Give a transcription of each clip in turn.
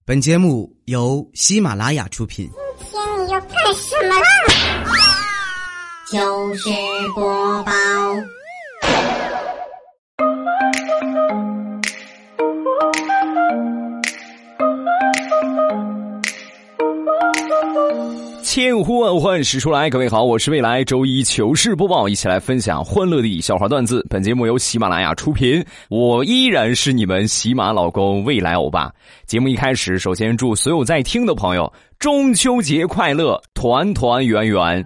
本节目由喜马拉雅出品。 今天你要干什么啦？ 糗事播报。 千呼万唤始出来，各位好，我是未来周一糗事播报，一起来分享欢乐的笑话段子。本节目由喜马拉雅出品，我依然是你们喜马老公未来欧巴。节目一开始，首先祝所有在听的朋友中秋节快乐，团团圆圆。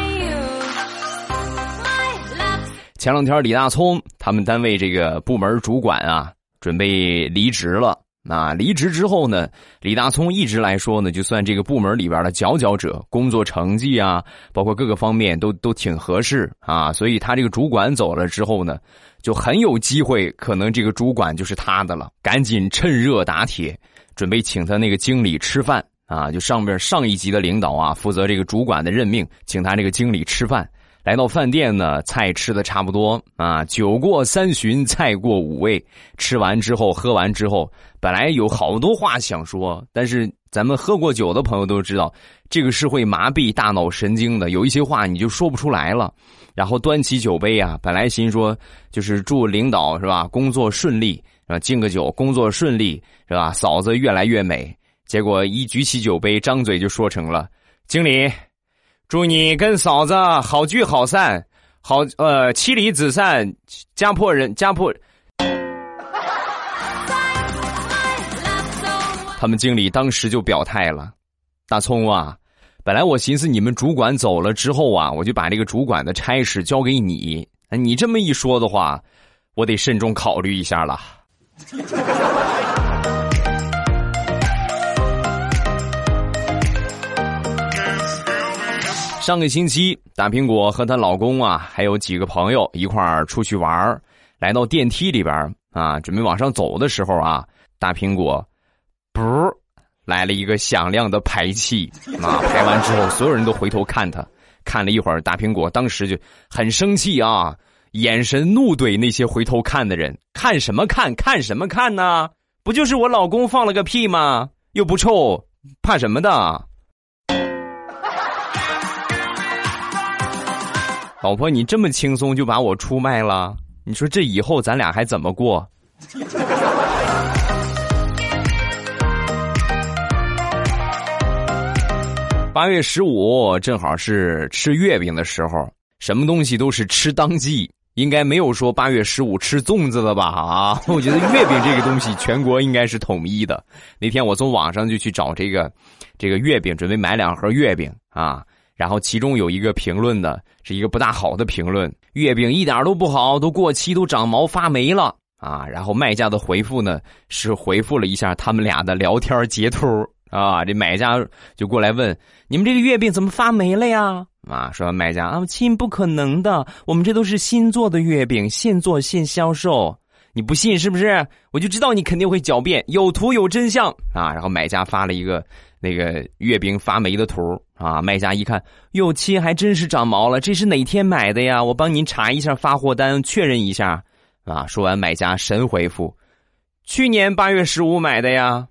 前两天李大聪他们单位这个部门主管啊，准备离职了。那离职之后呢，李大聪一直来说呢，就算这个部门里边的佼佼者，工作成绩啊，包括各个方面都挺合适啊，所以他这个主管走了之后呢，就很有机会，可能这个主管就是他的了。赶紧趁热打铁，准备请他那个经理吃饭啊，就上一级的领导啊，负责这个主管的任命，请他这个经理吃饭。来到饭店呢，菜吃的差不多啊，酒过三巡，菜过五味。吃完之后，喝完之后，本来有好多话想说，但是咱们喝过酒的朋友都知道，这个是会麻痹大脑神经的，有一些话你就说不出来了。然后端起酒杯啊，本来心说就是祝领导是吧，工作顺利啊，敬个酒，工作顺利是吧，嫂子越来越美。结果一举起酒杯，张嘴就说成了经理。祝你跟嫂子好聚好散，妻离子散，家破。他们经理当时就表态了，大聪啊，本来我寻思你们主管走了之后啊，我就把这个主管的差事交给你，你这么一说的话，我得慎重考虑一下了。上个星期，大苹果和她老公啊，还有几个朋友一块儿出去玩，来到电梯里边啊，准备往上走的时候啊，大苹果不来了一个响亮的排气啊！排完之后，所有人都回头看他，看了一会儿，大苹果当时就很生气啊，眼神怒怼那些回头看的人：看什么看？看什么看呢？不就是我老公放了个屁吗？又不臭，怕什么的？老婆，你这么轻松就把我出卖了，你说这以后咱俩还怎么过？8月15正好是吃月饼的时候，什么东西都是吃当季，应该没有说8月15吃粽子的吧？啊，我觉得月饼这个东西全国应该是统一的。那天我从网上就去找这个月饼，准备买2盒月饼啊。然后其中有一个评论的是一个不大好的评论，月饼一点都不好，都过期，都长毛发霉了啊。然后卖家的回复呢是回复了一下他们俩的聊天截图啊，这买家就过来问，你们这个月饼怎么发霉了呀？啊，说卖家啊，亲，不可能的，我们这都是新做的月饼，现做现销售。你不信是不是？我就知道你肯定会狡辩，有图有真相啊。然后买家发了一个那个月饼发霉的图啊，卖家一看，哟，亲，还真是长毛了，这是哪天买的呀？我帮您查一下发货单，确认一下啊。说完，买家神回复，去年8月15买的呀。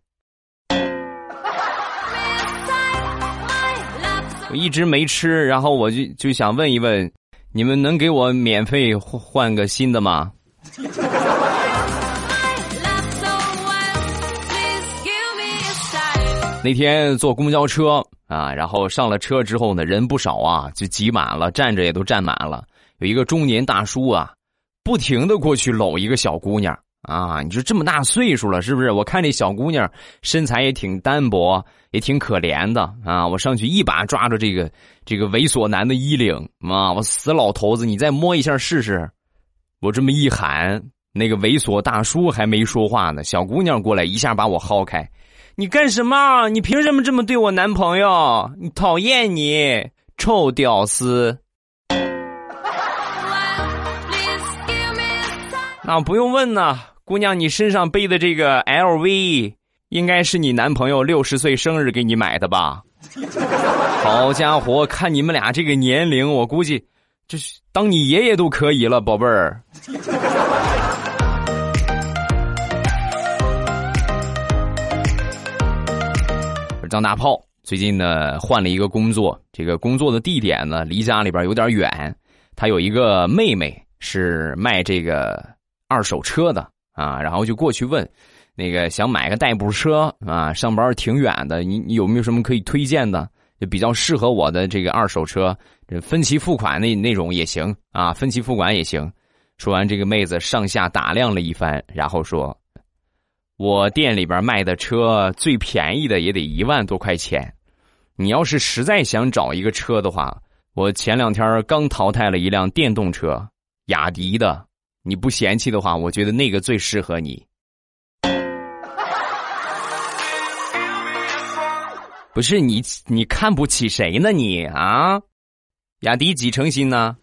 我一直没吃，然后我就想问一问，你们能给我免费换个新的吗？那天坐公交车啊，然后上了车之后呢，人不少啊，就挤满了，站着也都站满了。有一个中年大叔啊，不停的过去搂一个小姑娘啊，你说这么大岁数了，是不是？我看这小姑娘身材也挺单薄，也挺可怜的啊，我上去一把抓住这个猥琐男的衣领啊，我死老头子，你再摸一下试试。我这么一喊，那个猥琐大叔还没说话呢，小姑娘过来一下把我薅开。你干什么？你凭什么这么对我男朋友？你讨厌你，臭屌丝！那不用问呢，姑娘，你身上背的这个 LV 应该是你男朋友60岁生日给你买的吧？好家伙，看你们俩这个年龄，我估计这是当你爷爷都可以了，宝贝儿。 张大炮最近呢换了一个工作，这个工作的地点呢离家里边有点远，他有一个妹妹是卖这个二手车的啊，然后就过去问那个想买个代步车啊，上班挺远的，你有没有什么可以推荐的，就比较适合我的这个二手车，分期付款那种也行啊，分期付款也行。说完，这个妹子上下打量了一番，然后说：“我店里边卖的车最便宜的也得1万多块钱，你要是实在想找一个车的话，我前2天刚淘汰了一辆电动车，雅迪的，你不嫌弃的话，我觉得那个最适合你。”不是你看不起谁呢你啊？雅迪几成新呢？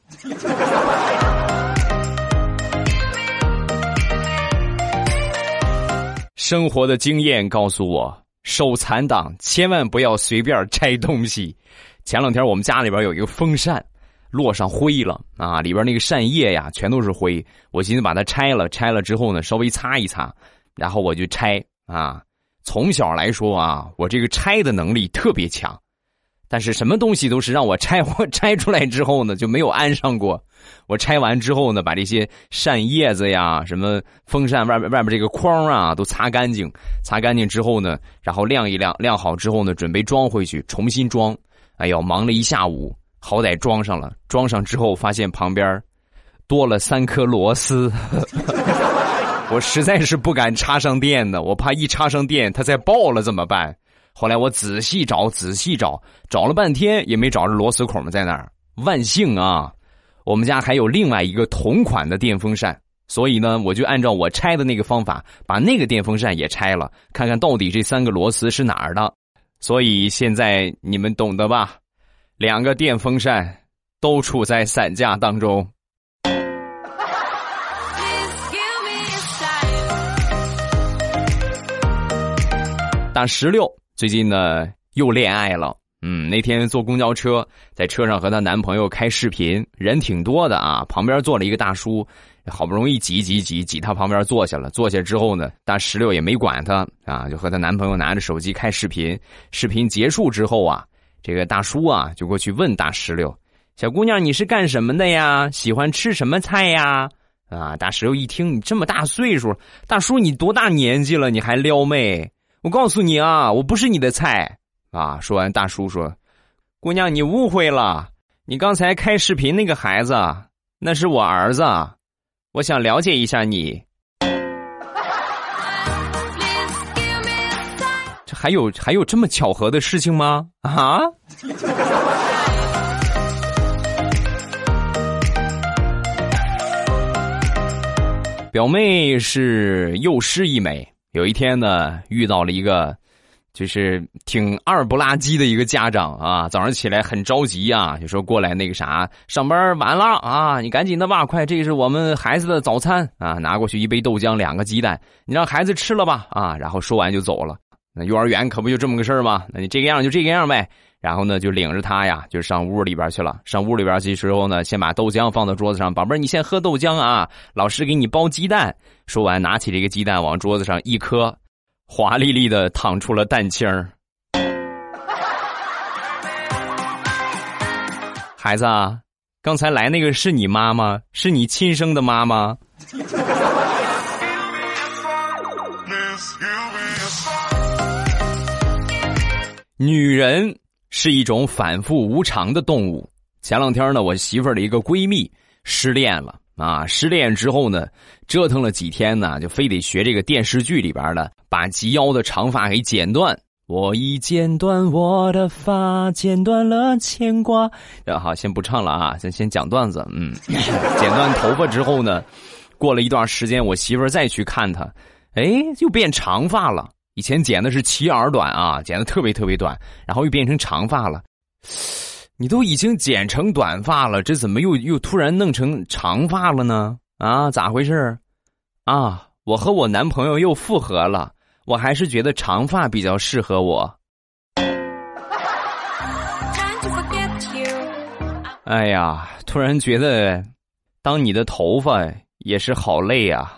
生活的经验告诉我，手残党千万不要随便拆东西。前2天我们家里边有一个风扇落上灰了啊，里边那个扇叶呀全都是灰，我寻思把它拆了之后呢稍微擦一擦，然后我就拆啊。从小来说啊，我这个拆的能力特别强，但是什么东西都是让我拆出来之后呢就没有安上过。我拆完之后呢，把这些扇叶子呀什么风扇外边这个框啊都擦干净之后呢，然后晾一晾，晾好之后呢准备装回去重新装。哎呦，忙了一下午好歹装上了，装上之后发现旁边多了3颗螺丝我实在是不敢插上电的，我怕一插上电它再爆了怎么办。后来我仔细找了半天也没找着螺丝孔在那儿。万幸啊，我们家还有另外一个同款的电风扇，所以呢我就按照我拆的那个方法把那个电风扇也拆了，看看到底这3个螺丝是哪儿的。所以现在你们懂得吧，2个电风扇都处在散架当中。大16最近呢又恋爱了，那天坐公交车，在车上和她男朋友开视频，人挺多的啊，旁边坐了一个大叔，好不容易挤他旁边坐下了。坐下之后呢，大16也没管他啊，就和她男朋友拿着手机开视频。视频结束之后啊，这个大叔啊就过去问大16：“小姑娘，你是干什么的呀？喜欢吃什么菜呀？”啊，大16一听，你这么大岁数，大叔你多大年纪了，你还撩妹？我告诉你啊，我不是你的菜啊！说完，大叔说：“姑娘，你误会了，你刚才开视频那个孩子，那是我儿子，我想了解一下你。”这还有这么巧合的事情吗？啊？表妹是幼师一枚。有一天呢，遇到了一个就是挺二不拉几的一个家长啊，早上起来很着急啊，就说过来那个啥，上班晚了啊，你赶紧的吧，快，这是我们孩子的早餐啊，拿过去1杯豆浆2个鸡蛋，你让孩子吃了吧啊，然后说完就走了。那幼儿园可不就这么个事儿吗？那你这个样就这个样呗。然后呢，就领着他呀，就上屋里边去了。上屋里边去之后呢，先把豆浆放到桌子上，宝贝儿，你先喝豆浆啊，老师给你包鸡蛋。说完，拿起这个鸡蛋往桌子上一磕，华丽丽的淌出了蛋清儿。孩子啊，刚才来那个是你妈吗？是你亲生的妈吗？女人是一种反复无常的动物。前2天呢，我媳妇儿的一个闺蜜失恋了啊，失恋之后呢，折腾了几天呢，就非得学这个电视剧里边的，把及腰的长发给剪断。我已剪断我的发，剪断了牵挂。好，先不唱了啊，先讲段子。剪断头发之后呢，过了一段时间，我媳妇儿再去看她，就变长发了。以前剪的是齐耳短啊，剪的特别短，然后又变成长发了。你都已经剪成短发了，这怎么又突然弄成长发了呢？啊，咋回事啊？我和我男朋友又复合了，我还是觉得长发比较适合我。哎呀，突然觉得当你的头发也是好累啊。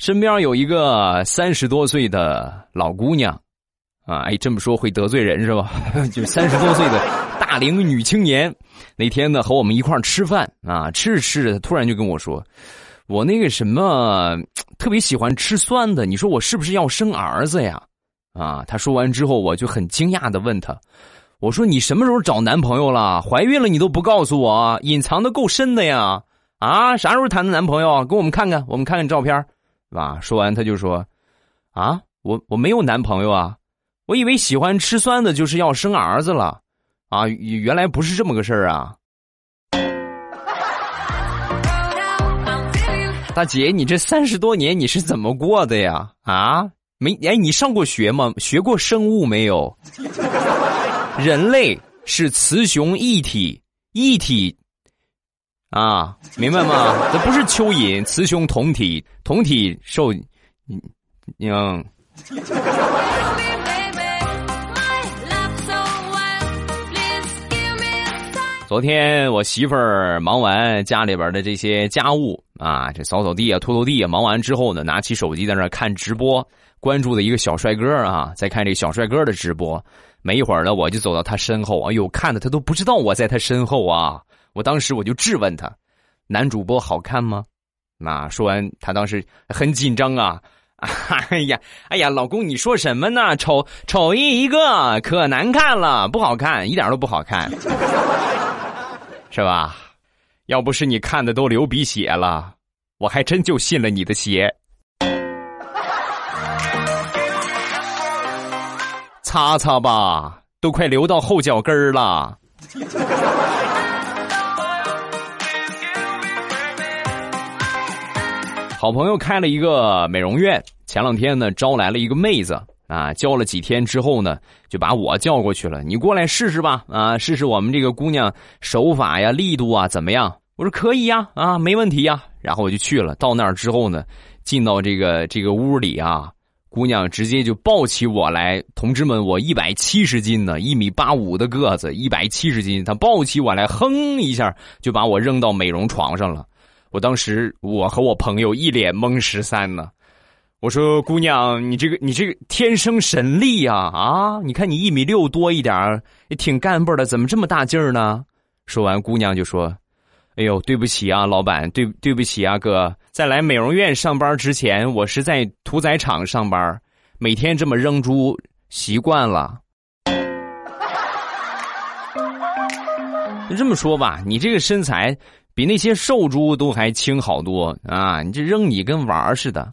身边有一个30多岁的老姑娘啊，这么说会得罪人是吧？就30多岁的大龄女青年，那天呢和我们一块儿吃饭啊，吃着吃着，突然就跟我说，我那个什么特别喜欢吃酸的，你说我是不是要生儿子呀？啊，她说完之后，我就很惊讶的问她，我说你什么时候找男朋友了？怀孕了你都不告诉我，隐藏的够深的呀！啊，啥时候谈的男朋友啊？给我们看看，我们看看照片，是吧？说完他就说，啊，我没有男朋友啊，我以为喜欢吃酸的就是要生儿子了，啊，原来不是这么个事儿啊！大姐，你这30多年你是怎么过的呀？啊，你上过学吗？学过生物没有？人类是雌雄一体，啊，明白吗？这不是蚯蚓，雌雄同体，同体受，昨天我媳妇儿忙完家里边的这些家务啊，这扫扫地啊、拖拖地啊，忙完之后呢，拿起手机在那看直播，关注的一个小帅哥啊，在看这个小帅哥的直播。没一会儿呢，我就走到他身后，哎呦，看的他都不知道我在他身后啊！我当时我就质问他：“男主播好看吗？”那说完，他当时很紧张啊！哎呀，老公，你说什么呢？丑一个，可难看了，不好看，一点都不好看。是吧？要不是你看的都流鼻血了，我还真就信了你的邪。擦擦吧，都快流到后脚跟儿了。好朋友开了一个美容院，前两天呢招来了一个妹子啊，教了几天之后呢，就把我叫过去了，你过来试试吧，啊，试试我们这个姑娘手法呀、力度啊怎么样？我说可以呀，啊，没问题呀。然后我就去了，到那儿之后呢，进到这个屋里啊，姑娘直接就抱起我来，同志们，我170斤呢，1.85米的个子，170斤，她抱起我来，哼一下就把我扔到美容床上了。我当时我和我朋友一脸懵13呢。我说姑娘，你这个天生神力呀！啊，你看你1.6米多一点，也挺干巴的，怎么这么大劲儿呢？说完，姑娘就说：“哎呦，对不起啊，老板，对不起啊，哥，在来美容院上班之前，我是在屠宰场上班，每天这么扔猪习惯了。”就这么说吧，你这个身材比那些瘦猪都还轻好多啊！你这扔你跟玩似的。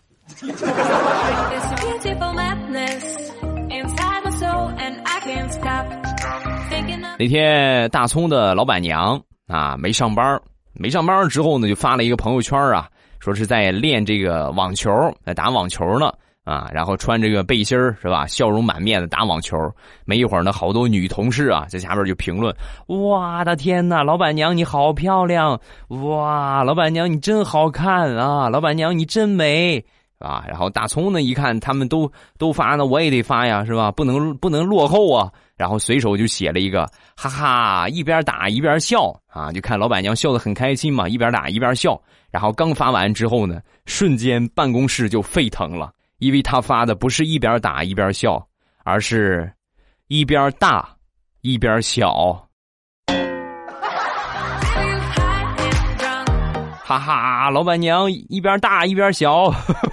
那天大葱的老板娘啊没上班之后呢，就发了一个朋友圈啊，说是在练这个网球，在打网球呢啊，然后穿这个背心是吧，笑容满面的打网球。没一会儿呢，好多女同事啊在下边就评论：哇的天哪，老板娘你好漂亮！哇，老板娘你真好看啊！老板娘你真美！啊，然后大葱呢一看他们都发呢，我也得发呀，是吧？不能落后啊。然后随手就写了一个哈哈，一边打一边笑啊，就看老板娘笑得很开心嘛，一边打一边笑。然后刚发完之后呢，瞬间办公室就沸腾了，因为他发的不是一边打一边笑，而是一边大一边小。哈哈，老板娘一边大一边小。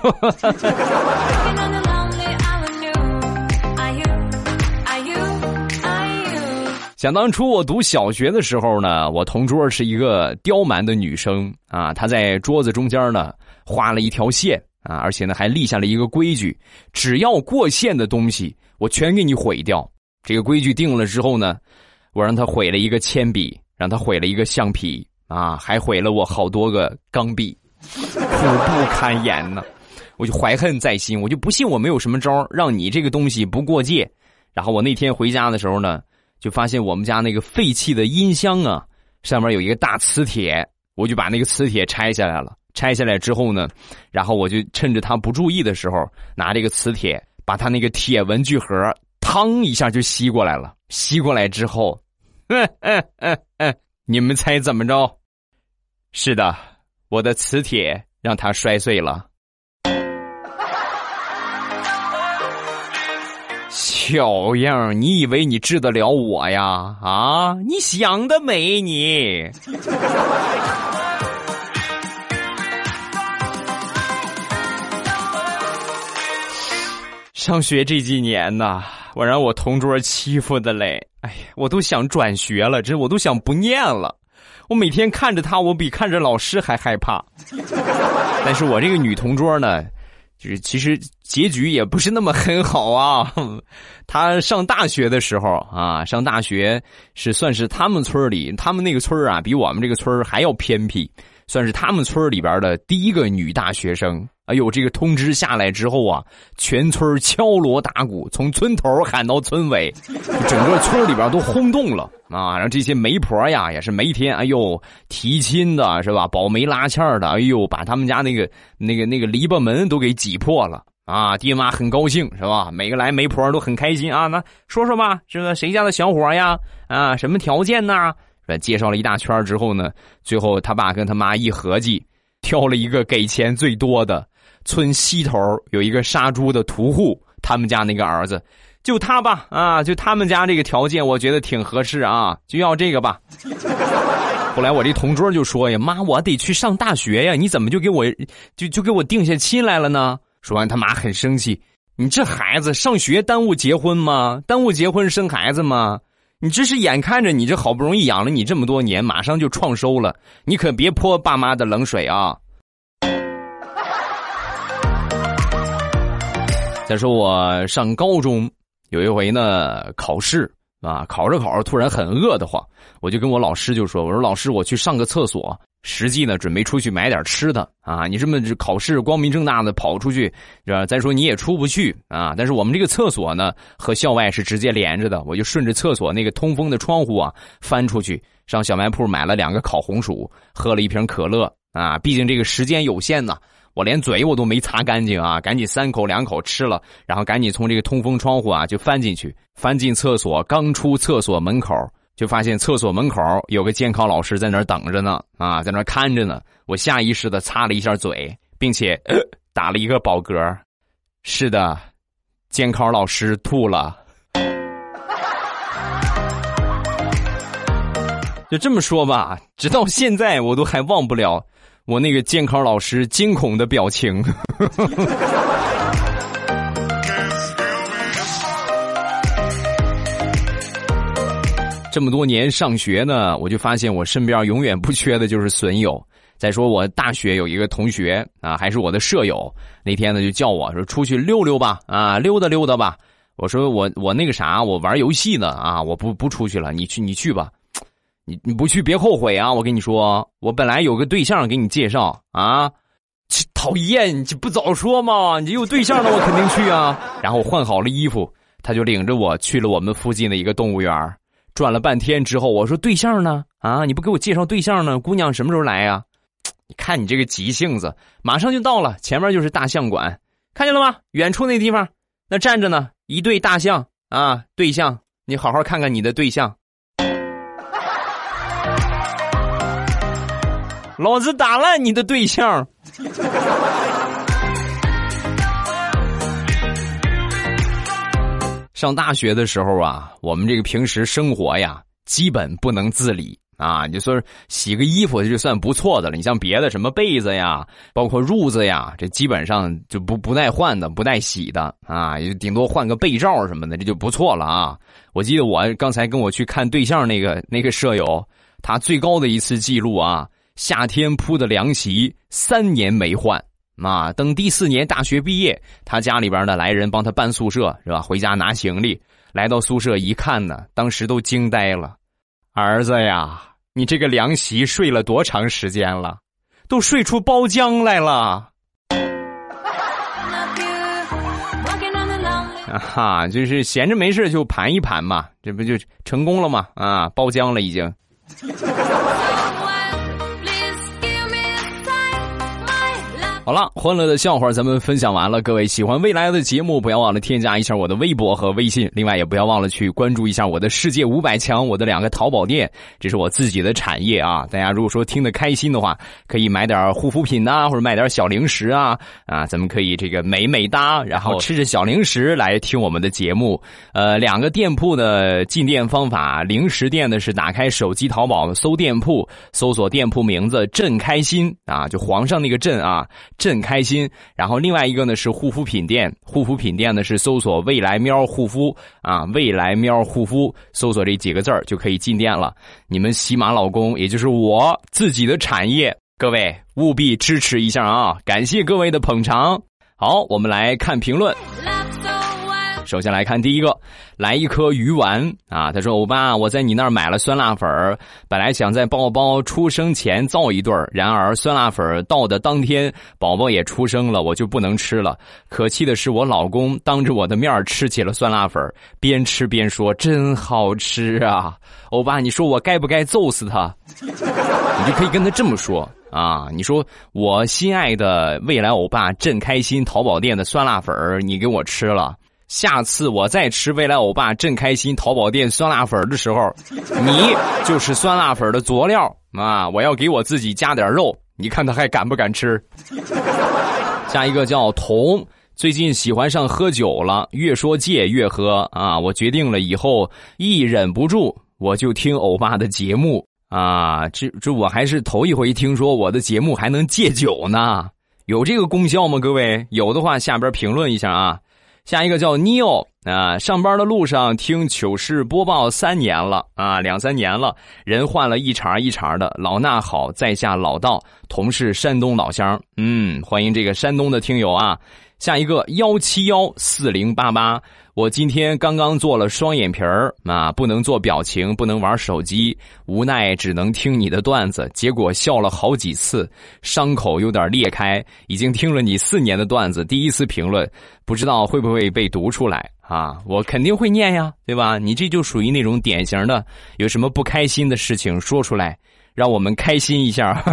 想当初我读小学的时候呢，我同桌是一个刁蛮的女生啊，她在桌子中间呢画了一条线啊，而且呢还立下了一个规矩，只要过线的东西我全给你毁掉。这个规矩定了之后呢，我让她毁了一个铅笔，让她毁了一个橡皮啊，还毁了我好多个钢笔，苦不堪言呢。我就怀恨在心，我就不信我没有什么招让你这个东西不过界。然后我那天回家的时候呢，就发现我们家那个废弃的音箱啊，上面有一个大磁铁，我就把那个磁铁拆下来了。拆下来之后呢，然后我就趁着他不注意的时候，拿这个磁铁把他那个铁文具盒嘡一下就吸过来了。吸过来之后，你们猜怎么着？是的，我的磁铁让他摔碎了。 小样，你以为你治得了我呀？啊，你想得美你！上学这几年呐，我让我同桌欺负的嘞，哎呀，我都想转学了，我都想不念了。我每天看着他，我比看着老师还害怕。但是我这个女同桌呢，就是其实结局也不是那么很好啊。她上大学的时候啊，上大学是算是他们村里，他们那个村啊，比我们这个村还要偏僻，算是他们村里边的第一个女大学生。哎呦，这个通知下来之后啊，全村敲锣打鼓，从村头喊到村尾，整个村里边都轰动了啊！然后这些媒婆呀，也是每天哎呦提亲的是吧，保媒拉纤的，哎呦把他们家那个篱笆门都给挤破了啊！爹妈很高兴是吧？每个来媒婆都很开心啊！那说说吧，这个谁家的小伙呀？啊，什么条件呢？介绍了一大圈之后呢，最后他爸跟他妈一合计，挑了一个给钱最多的。村西头有一个杀猪的屠户，他们家那个儿子，就他吧啊，就他们家这个条件，我觉得挺合适啊，就要这个吧。后来我这同桌就说呀：“妈，我得去上大学呀，你怎么就给我就给我定下亲来了呢？”说完，他妈很生气：“你这孩子上学耽误结婚吗？耽误结婚生孩子吗？你这是眼看着你这好不容易养了你这么多年，马上就创收了，你可别泼爸妈的冷水啊！”再说我上高中有一回呢，考试啊，考着突然很饿得慌，我就跟我老师就说：“我说老师，我去上个厕所。”实际呢，准备出去买点吃的啊！你这么考试光明正大的跑出去，是吧？再说你也出不去啊！但是我们这个厕所呢，和校外是直接连着的，我就顺着厕所那个通风的窗户啊，翻出去，上小卖铺买了2个烤红薯，喝了一瓶可乐啊！毕竟这个时间有限呢。我连嘴我都没擦干净啊，赶紧3口2口吃了，然后赶紧从这个通风窗户啊就翻进去，翻进厕所，刚出厕所门口就发现厕所门口有个监考老师在那儿等着呢啊，在那儿看着呢。我下意识的擦了一下嘴，并且打了一个饱嗝。是的，监考老师吐了。就这么说吧，直到现在我都还忘不了我那个监考老师惊恐的表情。这么多年上学呢，我就发现我身边永远不缺的就是损友。再说我大学有一个同学啊，还是我的舍友，那天呢就叫我说出去溜溜吧，啊，溜达溜达吧。我说我那个啥，我玩游戏呢啊，我不出去了，你去吧。你不去别后悔啊！我跟你说，我本来有个对象给你介绍啊，讨厌，你不早说嘛！你有对象了，我肯定去啊。然后换好了衣服，他就领着我去了我们附近的一个动物园，转了半天之后，我说对象呢？啊，你不给我介绍对象呢？姑娘什么时候来呀？你看你这个急性子，马上就到了，前面就是大象馆，看见了吗？远处那地方，那站着呢一对大象啊，对象，你好好看看你的对象。老子打烂你的对象！上大学的时候啊，我们这个平时生活呀，基本不能自理啊。你就说洗个衣服就算不错的了，你像别的什么被子呀，包括褥子呀，这基本上就不带换的，不带洗的啊，也顶多换个被罩什么的，这就不错了啊。我记得我刚才跟我去看对象那个舍友，他最高的一次记录啊。夏天铺的凉席3年没换啊！等第4年大学毕业，他家里边呢来人帮他搬宿舍是吧？回家拿行李，来到宿舍一看呢，当时都惊呆了。儿子呀，你这个凉席睡了多长时间了？都睡出包浆来了！啊，就是闲着没事就盘一盘嘛，这不就成功了吗？啊，包浆了已经。 好了，欢乐的笑话咱们分享完了，各位喜欢未来的节目，不要忘了添加一下我的微博和微信，另外也不要忘了去关注一下我的世界500强，我的2个淘宝店，这是我自己的产业啊。大家如果说听得开心的话，可以买点护肤品啊，或者买点小零食啊，咱们可以这个美美哒，然后吃着小零食来听我们的节目。2个店铺的进店方法，零食店的是打开手机淘宝搜店铺，搜索店铺名字朕开心啊，就皇上那个朕啊，朕开心。然后另外一个呢是护肤品店，护肤品店呢是搜索未来喵护肤啊，未来喵护肤，搜索这几个字儿就可以进店了。你们喜马老公也就是我自己的产业，各位务必支持一下啊，感谢各位的捧场。好，我们来看评论。首先来看第一个，来一颗鱼丸啊！他说：“欧巴，我在你那儿买了酸辣粉，本来想在宝宝出生前造一对儿，然而酸辣粉到的当天，宝宝也出生了，我就不能吃了。可气的是，我老公当着我的面吃起了酸辣粉，边吃边说真好吃啊！欧巴，你说我该不该揍死他？你就可以跟他这么说。”啊，你说我心爱的未来欧巴朕开心淘宝店的酸辣粉你给我吃了，下次我再吃未来欧巴朕开心淘宝店酸辣粉的时候，你就是酸辣粉的佐料啊！我要给我自己加点肉，你看他还敢不敢吃？下一个叫童，最近喜欢上喝酒了，越说戒越喝啊！我决定了以后一忍不住我就听欧巴的节目。啊，这我还是头一回听说我的节目还能戒酒呢，有这个功效吗？各位有的话下边评论一下啊。下一个叫 Neo 啊，上班的路上听糗事播报3年了啊，2-3年了，人换了一茬一茬的，老衲好，在下老道，同是山东老乡，欢迎这个山东的听友啊。下一个1714088，我今天刚刚做了双眼皮儿啊，不能做表情，不能玩手机，无奈只能听你的段子，结果笑了好几次，伤口有点裂开，已经听了你4年的段子，第一次评论，不知道会不会被读出来啊？我肯定会念呀，对吧？你这就属于那种典型的，有什么不开心的事情说出来，让我们开心一下。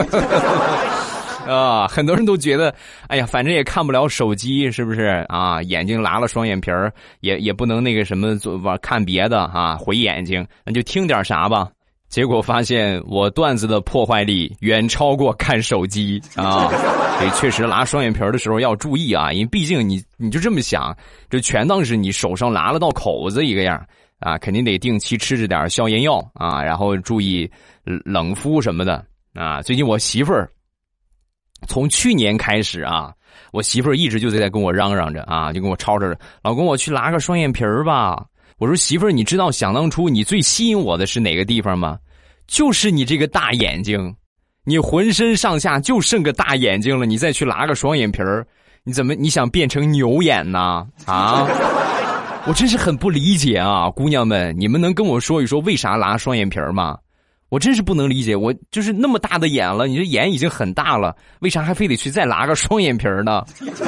很多人都觉得，哎呀，反正也看不了手机，是不是啊？眼睛拉了双眼皮儿，也不能那个什么看别的啊，毁眼睛，那就听点啥吧。结果发现我段子的破坏力远超过看手机啊！所以确实拉双眼皮儿的时候要注意啊，因为毕竟你就这么想，就全当是你手上拉了道口子一个样啊，肯定得定期吃着点消炎药啊，然后注意冷敷什么的啊。最近我媳妇儿。从去年开始啊，我媳妇儿一直就在跟我嚷嚷着啊，就跟我吵着，老公我去拉个双眼皮儿吧。我说媳妇儿，你知道想当初你最吸引我的是哪个地方吗？就是你这个大眼睛，你浑身上下就剩个大眼睛了，你再去拉个双眼皮儿，你想变成牛眼呢？啊！我真是很不理解啊，姑娘们，你们能跟我说一说为啥拉双眼皮儿吗？我真是不能理解，我就是那么大的眼了，你这眼已经很大了，为啥还非得去再拉个双眼皮呢？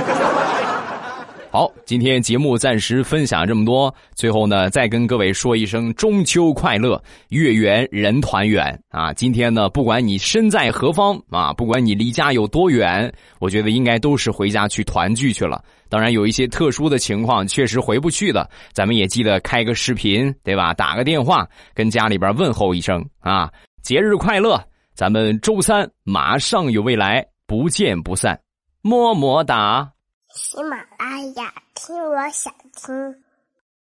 好，今天节目暂时分享这么多，最后呢再跟各位说一声中秋快乐，月圆人团圆啊！今天呢不管你身在何方啊，不管你离家有多远，我觉得应该都是回家去团聚去了。当然有一些特殊的情况确实回不去的，咱们也记得开个视频，对吧？打个电话跟家里边问候一声啊，节日快乐！咱们周3马上有未来，不见不散，么么哒。 喜马拉雅，听我想听。